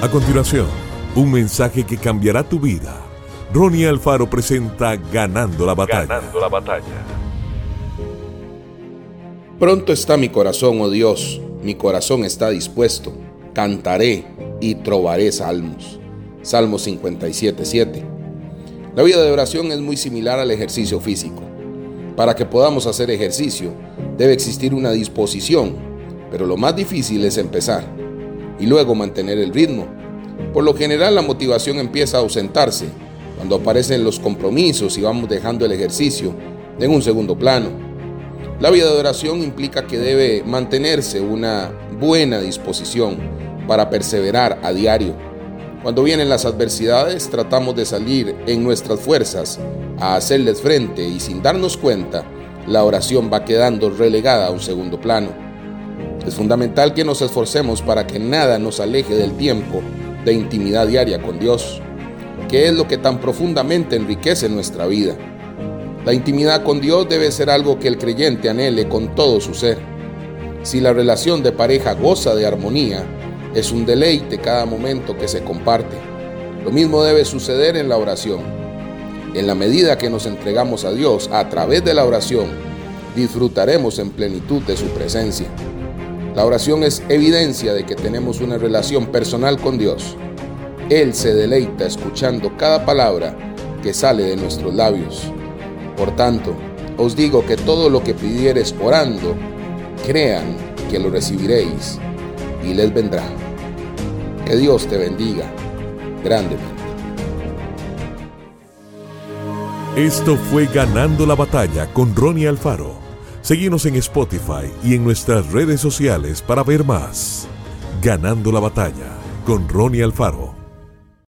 A continuación, un mensaje que cambiará tu vida. Ronnie Alfaro presenta Ganando la Batalla. Ganando la Batalla. Pronto está mi corazón, oh Dios, mi corazón está dispuesto. Cantaré y trovaré salmos. Salmo 57:7. La vida de oración es muy similar al ejercicio físico. Para que podamos hacer ejercicio, debe existir una disposición, pero lo más difícil es empezar y luego mantener el ritmo. Por lo general, la motivación empieza a ausentarse cuando aparecen los compromisos y vamos dejando el ejercicio en un segundo plano. La vida de oración implica que debe mantenerse una buena disposición para perseverar a diario. Cuando vienen las adversidades, tratamos de salir en nuestras fuerzas a hacerles frente y sin darnos cuenta, la oración va quedando relegada a un segundo plano. Es fundamental que nos esforcemos para que nada nos aleje del tiempo de intimidad diaria con Dios, que es lo que tan profundamente enriquece nuestra vida. La intimidad con Dios debe ser algo que el creyente anhele con todo su ser. Si la relación de pareja goza de armonía, es un deleite cada momento que se comparte. Lo mismo debe suceder en la oración. En la medida que nos entregamos a Dios a través de la oración, disfrutaremos en plenitud de su presencia. La oración es evidencia de que tenemos una relación personal con Dios. Él se deleita escuchando cada palabra que sale de nuestros labios. Por tanto, os digo que todo lo que pidiereis orando, crean que lo recibiréis y les vendrá. Que Dios te bendiga grandemente. Esto fue Ganando la Batalla con Ronnie Alfaro. Síguenos en Spotify y en nuestras redes sociales para ver más. Ganando la Batalla con Ronnie Alfaro.